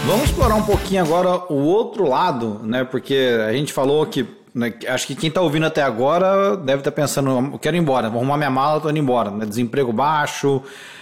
Vamos explorar um pouquinho agora o outro lado, né? Porque a gente falou que, né, acho que quem está ouvindo até agora deve estar pensando, eu quero ir embora, vou arrumar minha mala, estou indo embora, né? Desemprego baixo,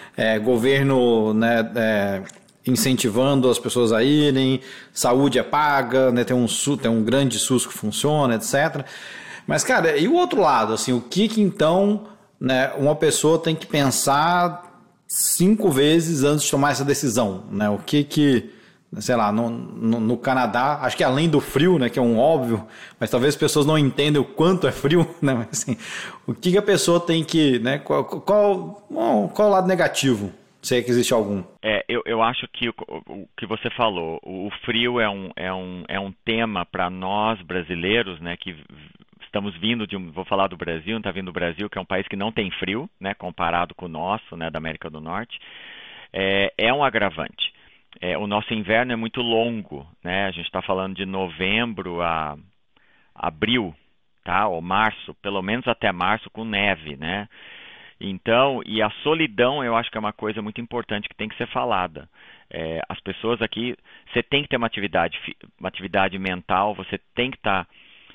governo, né, incentivando as pessoas a irem, saúde é paga, né? Tem um grande SUS que funciona, etc. Mas, cara, e o outro lado, assim, o que então, né, uma pessoa tem que pensar 5 vezes antes de tomar essa decisão, né? O que sei lá, no Canadá, acho que além do frio, né, que é um óbvio, mas talvez as pessoas não entendam o quanto é frio, né, mas assim, o que a pessoa tem que, né, qual o lado negativo, se é que existe algum? Eu acho que o que você falou, o frio é um tema para nós brasileiros, né, que estamos vindo vou falar do Brasil, está vindo do Brasil, que é um país que não tem frio, né, comparado com o nosso, né, da América do Norte, é um agravante. O nosso inverno é muito longo, né? A gente está falando de novembro a abril, tá? Ou março, pelo menos até março com neve, né? Então, e a solidão eu acho que é uma coisa muito importante que tem que ser falada. As pessoas aqui, você tem que ter uma atividade mental, você tem que estar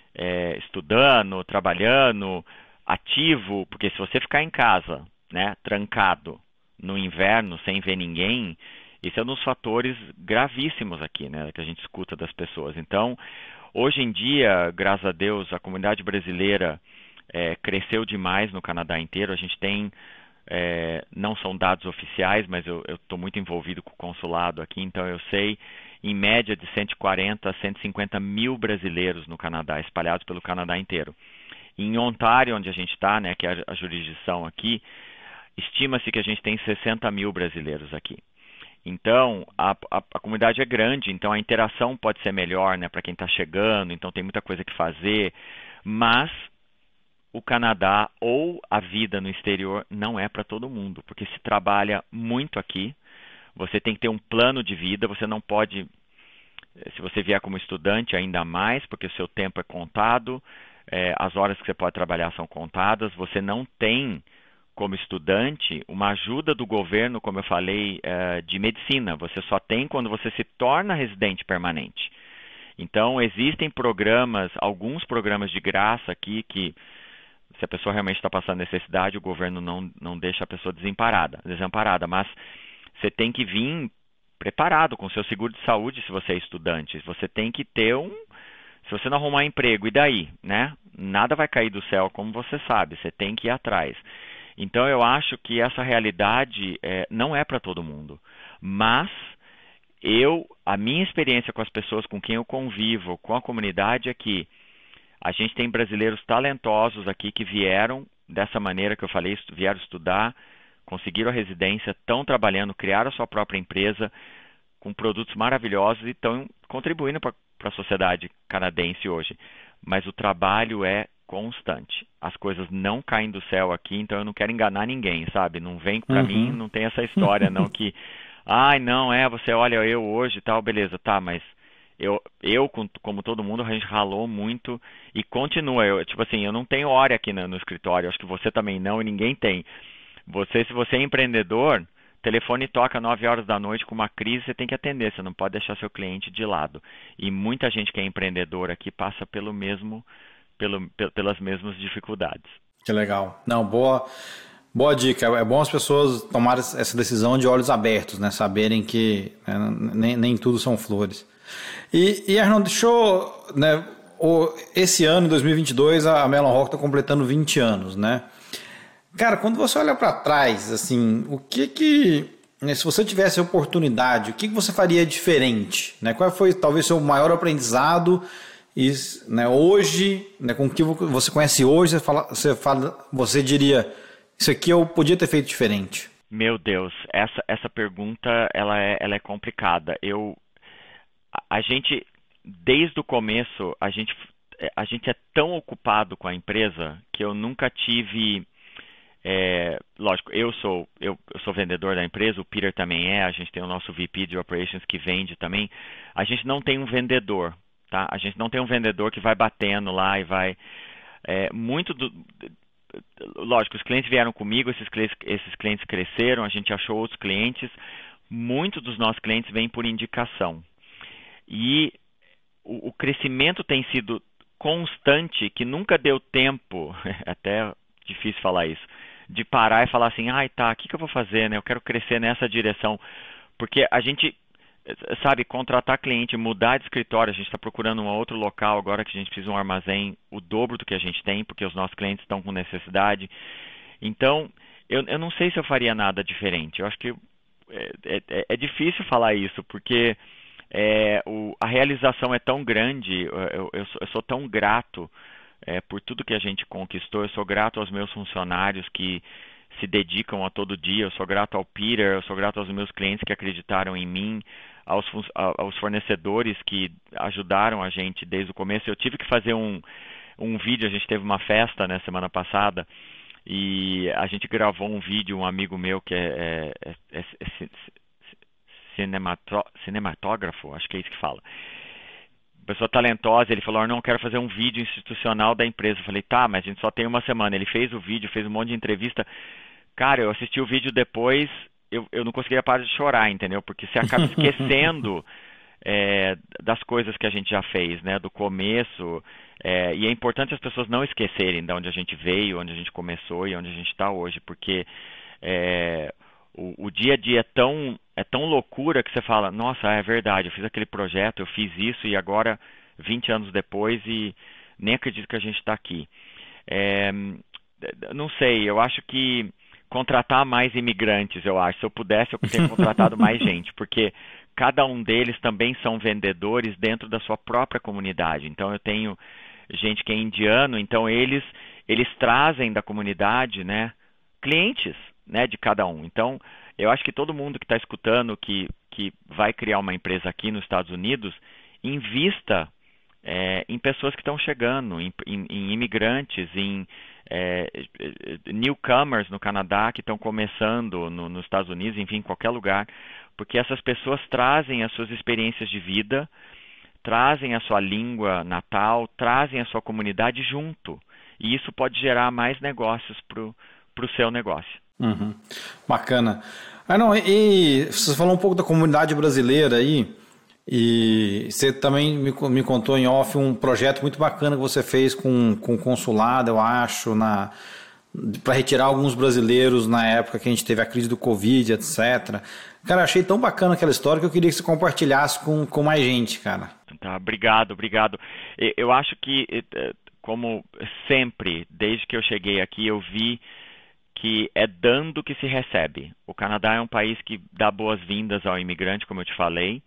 estudando, trabalhando, ativo, porque se você ficar em casa, né, trancado no inverno sem ver ninguém, esse é um dos fatores gravíssimos aqui, né, que a gente escuta das pessoas. Então, hoje em dia, graças a Deus, a comunidade brasileira cresceu demais no Canadá inteiro. A gente tem, não são dados oficiais, mas eu estou muito envolvido com o consulado aqui, então eu sei, em média, de 140 a 150 mil brasileiros no Canadá, espalhados pelo Canadá inteiro. Em Ontário, onde a gente está, né, que é a jurisdição aqui, estima-se que a gente tem 60 mil brasileiros aqui. Então, a comunidade é grande, então a interação pode ser melhor, né, para quem está chegando, então tem muita coisa que fazer, mas o Canadá ou a vida no exterior não é para todo mundo, porque se trabalha muito aqui, você tem que ter um plano de vida, você não pode, se você vier como estudante, ainda mais, porque o seu tempo é contado, as horas que você pode trabalhar são contadas, você não tem como estudante, uma ajuda do governo, como eu falei, de medicina. Você só tem quando você se torna residente permanente. Então, existem programas, alguns programas de graça aqui, que se a pessoa realmente está passando necessidade, o governo não deixa a pessoa desamparada. Mas você tem que vir preparado com o seu seguro de saúde se você é estudante. Você tem que ter se você não arrumar emprego, e daí, né? Nada vai cair do céu, como você sabe. Você tem que ir atrás. Então, eu acho que essa realidade não é para todo mundo. Mas a minha experiência com as pessoas com quem eu convivo, com a comunidade, é que a gente tem brasileiros talentosos aqui que vieram dessa maneira que eu falei, vieram estudar, conseguiram a residência, estão trabalhando, criaram a sua própria empresa com produtos maravilhosos e estão contribuindo para a sociedade canadense hoje. Mas o trabalho é constante. As coisas não caem do céu aqui, então eu não quero enganar ninguém, sabe? Não vem pra mim, não tem essa história não que, não, você olha eu hoje e tal, beleza, tá, mas como todo mundo, a gente ralou muito e continua. Tipo assim, eu não tenho hora aqui no escritório, acho que você também não e ninguém tem. Se você é empreendedor, telefone toca 9 horas da noite com uma crise, você tem que atender, você não pode deixar seu cliente de lado. E muita gente que é empreendedor aqui passa pelas mesmas dificuldades. Que legal. Não, boa dica. É bom as pessoas tomarem essa decisão de olhos abertos, né? Saberem que, né, nem tudo são flores. E Arnon, né, esse ano, em 2022, a Melon Rock está completando 20 anos, né? Cara, quando você olha para trás, assim, né, se você tivesse a oportunidade, o que você faria diferente? Né? Qual foi, talvez, seu maior aprendizado? E, né, hoje, né, com o que você conhece hoje, você diria, isso aqui eu podia ter feito diferente. Meu Deus, essa pergunta ela é complicada. A gente, desde o começo, a gente é tão ocupado com a empresa que eu nunca tive. Lógico, eu sou vendedor da empresa, o Peter também a gente tem o nosso VP de Operations que vende também. A gente não tem um vendedor, tá? A gente não tem um vendedor que vai batendo lá e vai... Lógico, os clientes vieram comigo, esses clientes cresceram, a gente achou outros clientes. Muitos dos nossos clientes vêm por indicação. E o crescimento tem sido constante, que nunca deu tempo, até difícil falar isso, de parar e falar assim, ai tá, o que eu vou fazer, né? Eu quero crescer nessa direção. Porque a gente, sabe, contratar cliente, mudar de escritório, a gente está procurando um outro local agora que a gente precisa de um armazém o dobro do que a gente tem, porque os nossos clientes estão com necessidade. Então, eu não sei se eu faria nada diferente. Eu acho que é difícil falar isso, porque a realização é tão grande, eu sou tão grato por tudo que a gente conquistou, eu sou grato aos meus funcionários que se dedicam a todo dia, eu sou grato ao Peter, eu sou grato aos meus clientes que acreditaram em mim, aos fornecedores que ajudaram a gente desde o começo. Eu tive que fazer um vídeo, a gente teve uma festa, né, semana passada, e a gente gravou um vídeo, um amigo meu que é cinematógrafo, acho que é isso que fala. Pessoa talentosa, ele falou, não, quero fazer um vídeo institucional da empresa. Eu falei, tá, mas a gente só tem uma semana. Ele fez o vídeo, fez um monte de entrevista. Cara, eu assisti o vídeo depois, eu não conseguia parar de chorar, entendeu? Porque você acaba esquecendo das coisas que a gente já fez, né? Do começo. E é importante as pessoas não esquecerem de onde a gente veio, onde a gente começou e onde a gente está hoje, porque o dia a dia é tão loucura que você fala, nossa, é verdade, eu fiz aquele projeto, eu fiz isso e agora, 20 anos depois, e nem acredito que a gente está aqui. Não sei, eu acho que contratar mais imigrantes, eu acho. Se eu pudesse, eu teria contratado mais gente, porque cada um deles também são vendedores dentro da sua própria comunidade. Então, eu tenho gente que é indiano, então eles trazem da comunidade, né, clientes, né, de cada um. Então, eu acho que todo mundo que está escutando que vai criar uma empresa aqui nos Estados Unidos, invista em pessoas que estão chegando, em imigrantes, em newcomers no Canadá que estão começando nos Estados Unidos, enfim, em qualquer lugar, porque essas pessoas trazem as suas experiências de vida, trazem a sua língua natal, trazem a sua comunidade junto. E isso pode gerar mais negócios para o seu negócio. Uhum. Bacana. Não, e você falou um pouco da comunidade brasileira aí, e você também me contou em off um projeto muito bacana que você fez com o consulado, eu acho, para retirar alguns brasileiros na época que a gente teve a crise do Covid, etc. Cara, achei tão bacana aquela história que eu queria que você compartilhasse com mais gente, cara. Tá, obrigado. Eu acho que, como sempre, desde que eu cheguei aqui, eu vi que é dando que se recebe. O Canadá é um país que dá boas-vindas ao imigrante, como eu te falei,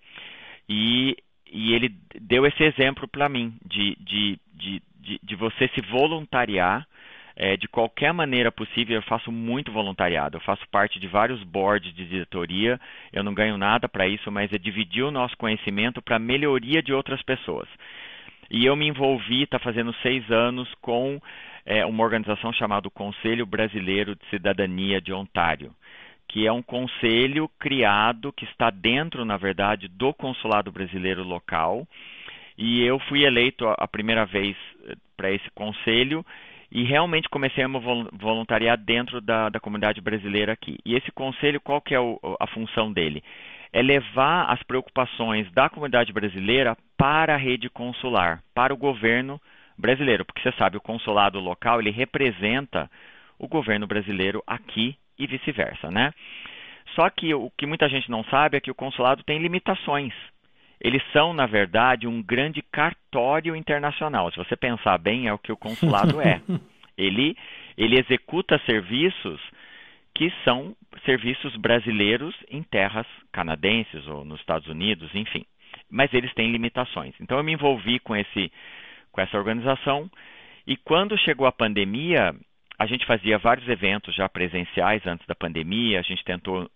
e ele deu esse exemplo para mim, de você se voluntariar de qualquer maneira possível. Eu faço muito voluntariado, eu faço parte de vários boards de diretoria, eu não ganho nada para isso, mas é dividir o nosso conhecimento para a melhoria de outras pessoas. E eu me envolvi, está fazendo 6 anos, com uma organização chamada Conselho Brasileiro de Cidadania de Ontário, que é um conselho criado, que está dentro, na verdade, do consulado brasileiro local. E eu fui eleito a primeira vez para esse conselho e realmente comecei a me voluntariar dentro da comunidade brasileira aqui. E esse conselho, qual que é a função dele? É levar as preocupações da comunidade brasileira para a rede consular, para o governo brasileiro, porque você sabe, o consulado local, ele representa o governo brasileiro aqui e vice-versa, né? Só que o que muita gente não sabe é que o consulado tem limitações. Eles são, na verdade, um grande cartório internacional. Se você pensar bem, é o que o consulado é. Ele executa serviços que são serviços brasileiros em terras canadenses ou nos Estados Unidos, enfim. Mas eles têm limitações. Então, eu me envolvi com essa organização, e quando chegou a pandemia, a gente fazia vários eventos já presenciais antes da pandemia, a gente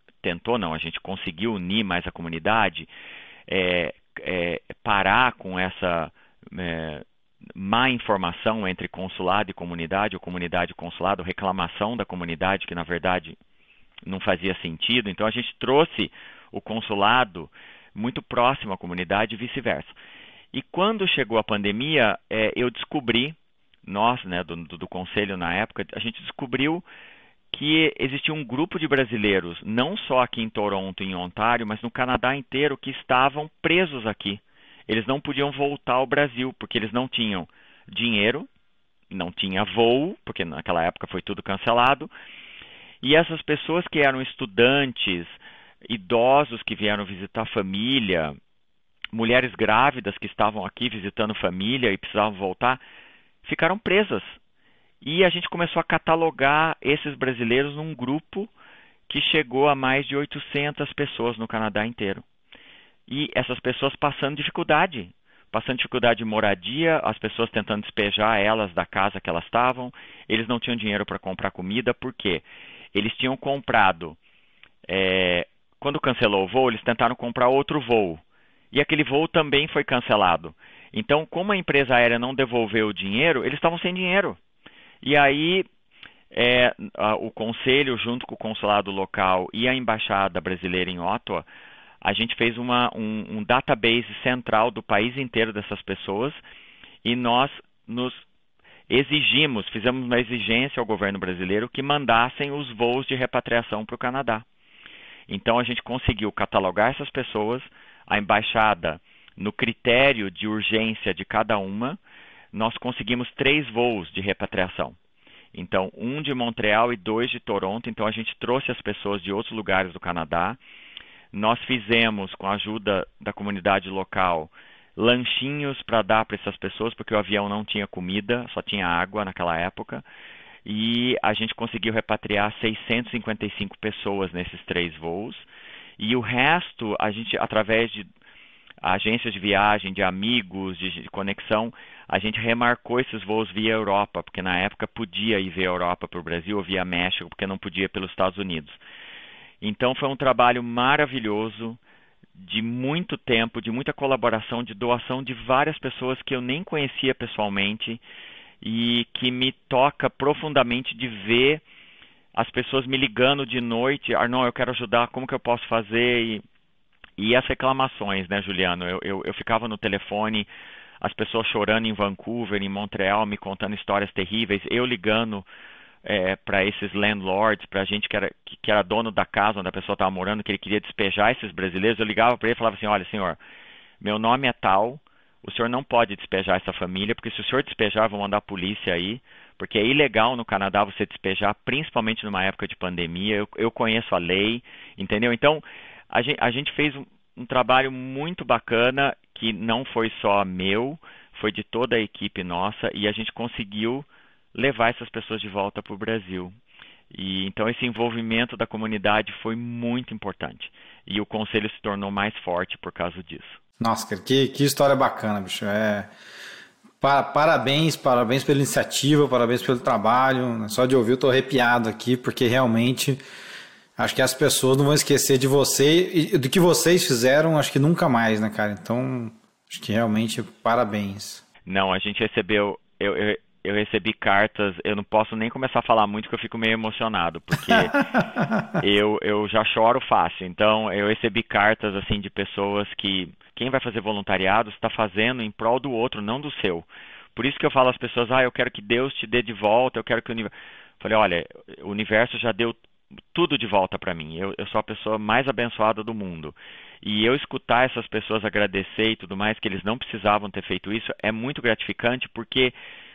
a gente conseguiu unir mais a comunidade, parar com essa má informação entre consulado e comunidade, ou comunidade e consulado, reclamação da comunidade que, na verdade, não fazia sentido. Então, a gente trouxe o consulado muito próximo à comunidade e vice-versa. E quando chegou a pandemia, eu descobri, nós, né, do conselho na época, a gente descobriu que existia um grupo de brasileiros, não só aqui em Toronto, em Ontário, mas no Canadá inteiro, que estavam presos aqui. eles não podiam voltar ao Brasil, porque eles não tinham dinheiro, não tinha voo, porque naquela época foi tudo cancelado, e essas pessoas que eram estudantes, idosos que vieram visitar a família, mulheres grávidas que estavam aqui visitando família e precisavam voltar, ficaram presas. E a gente começou a catalogar esses brasileiros num grupo que chegou a mais de 800 pessoas no Canadá inteiro. E essas pessoas passando dificuldade de moradia, as pessoas tentando despejar elas da casa que elas estavam, eles não tinham dinheiro para comprar comida, por quê? Eles tinham comprado, quando cancelou o voo, eles tentaram comprar outro voo, e aquele voo também foi cancelado. Então, como a empresa aérea não devolveu o dinheiro, eles estavam sem dinheiro. E aí, o conselho, junto com o consulado local e a embaixada brasileira em Ottawa, a gente fez um database central do país inteiro dessas pessoas e nós fizemos uma exigência ao governo brasileiro que mandassem os voos de repatriação para o Canadá. Então a gente conseguiu catalogar essas pessoas, a embaixada, no critério de urgência de cada uma, nós conseguimos 3 voos de repatriação. Então, 1 de Montreal e 2 de Toronto. Então a gente trouxe as pessoas de outros lugares do Canadá. Nós fizemos, com a ajuda da comunidade local, lanchinhos para dar para essas pessoas, porque o avião não tinha comida, só tinha água naquela época. E a gente conseguiu repatriar 655 pessoas nesses 3 voos. E o resto, a gente, através de agências de viagem, de amigos, de conexão, a gente remarcou esses voos via Europa, porque na época podia ir via Europa para o Brasil ou via México, porque não podia pelos Estados Unidos. Então foi um trabalho maravilhoso, de muito tempo, de muita colaboração, de doação de várias pessoas que eu nem conhecia pessoalmente e que me toca profundamente de ver as pessoas me ligando de noite, Arnon, eu quero ajudar, como que eu posso fazer? E as reclamações, né, Juliano? Eu ficava no telefone, as pessoas chorando em Vancouver, em Montreal, me contando histórias terríveis, eu ligando para esses landlords, para a gente que era dono da casa onde a pessoa estava morando, que ele queria despejar esses brasileiros, eu ligava para ele e falava assim, olha, senhor, meu nome é tal, o senhor não pode despejar essa família, porque se o senhor despejar, eu vou mandar a polícia aí, porque é ilegal no Canadá você despejar, principalmente numa época de pandemia, eu conheço a lei, entendeu? Então, a gente fez um trabalho muito bacana, que não foi só meu, foi de toda a equipe nossa, e a gente conseguiu levar essas pessoas de volta para o Brasil. E então esse envolvimento da comunidade foi muito importante. E o conselho se tornou mais forte por causa disso. Nossa, cara, que história bacana, bicho. Parabéns pela iniciativa, parabéns pelo trabalho. Só de ouvir eu tô arrepiado aqui, porque realmente acho que as pessoas não vão esquecer de você e do que vocês fizeram, acho que nunca mais, né, cara? Então, acho que realmente parabéns. Não, a gente recebeu... Eu recebi cartas, eu não posso nem começar a falar muito que eu fico meio emocionado, porque eu já choro fácil. Então, eu recebi cartas assim de pessoas que quem vai fazer voluntariado está fazendo em prol do outro, não do seu. Por isso que eu falo às pessoas, eu quero que Deus te dê de volta, eu quero que o universo... Falei, olha, o universo já deu tudo de volta para mim. Eu sou a pessoa mais abençoada do mundo. E eu escutar essas pessoas agradecer e tudo mais, que eles não precisavam ter feito isso, é muito gratificante, porque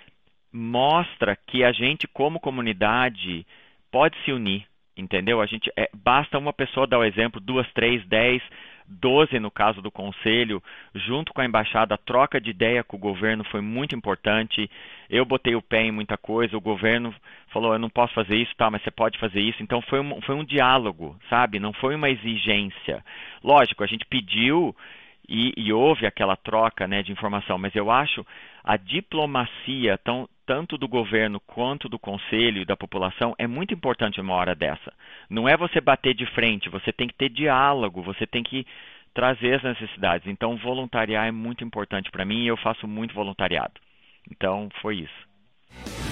mostra que a gente, como comunidade, pode se unir, entendeu? Basta uma pessoa dar o exemplo, 2, 3, 10, 12 no caso do conselho, junto com a embaixada, a troca de ideia com o governo foi muito importante. Eu botei o pé em muita coisa, o governo falou, eu não posso fazer isso, tá, mas você pode fazer isso. Então foi um diálogo, sabe? Não foi uma exigência. Lógico, a gente pediu e houve aquela troca, né, de informação, mas eu acho a diplomacia, tanto do governo quanto do conselho e da população, é muito importante numa hora dessa. Não é você bater de frente, você tem que ter diálogo, você tem que trazer as necessidades. Então, voluntariar é muito importante para mim e eu faço muito voluntariado. Então, foi isso.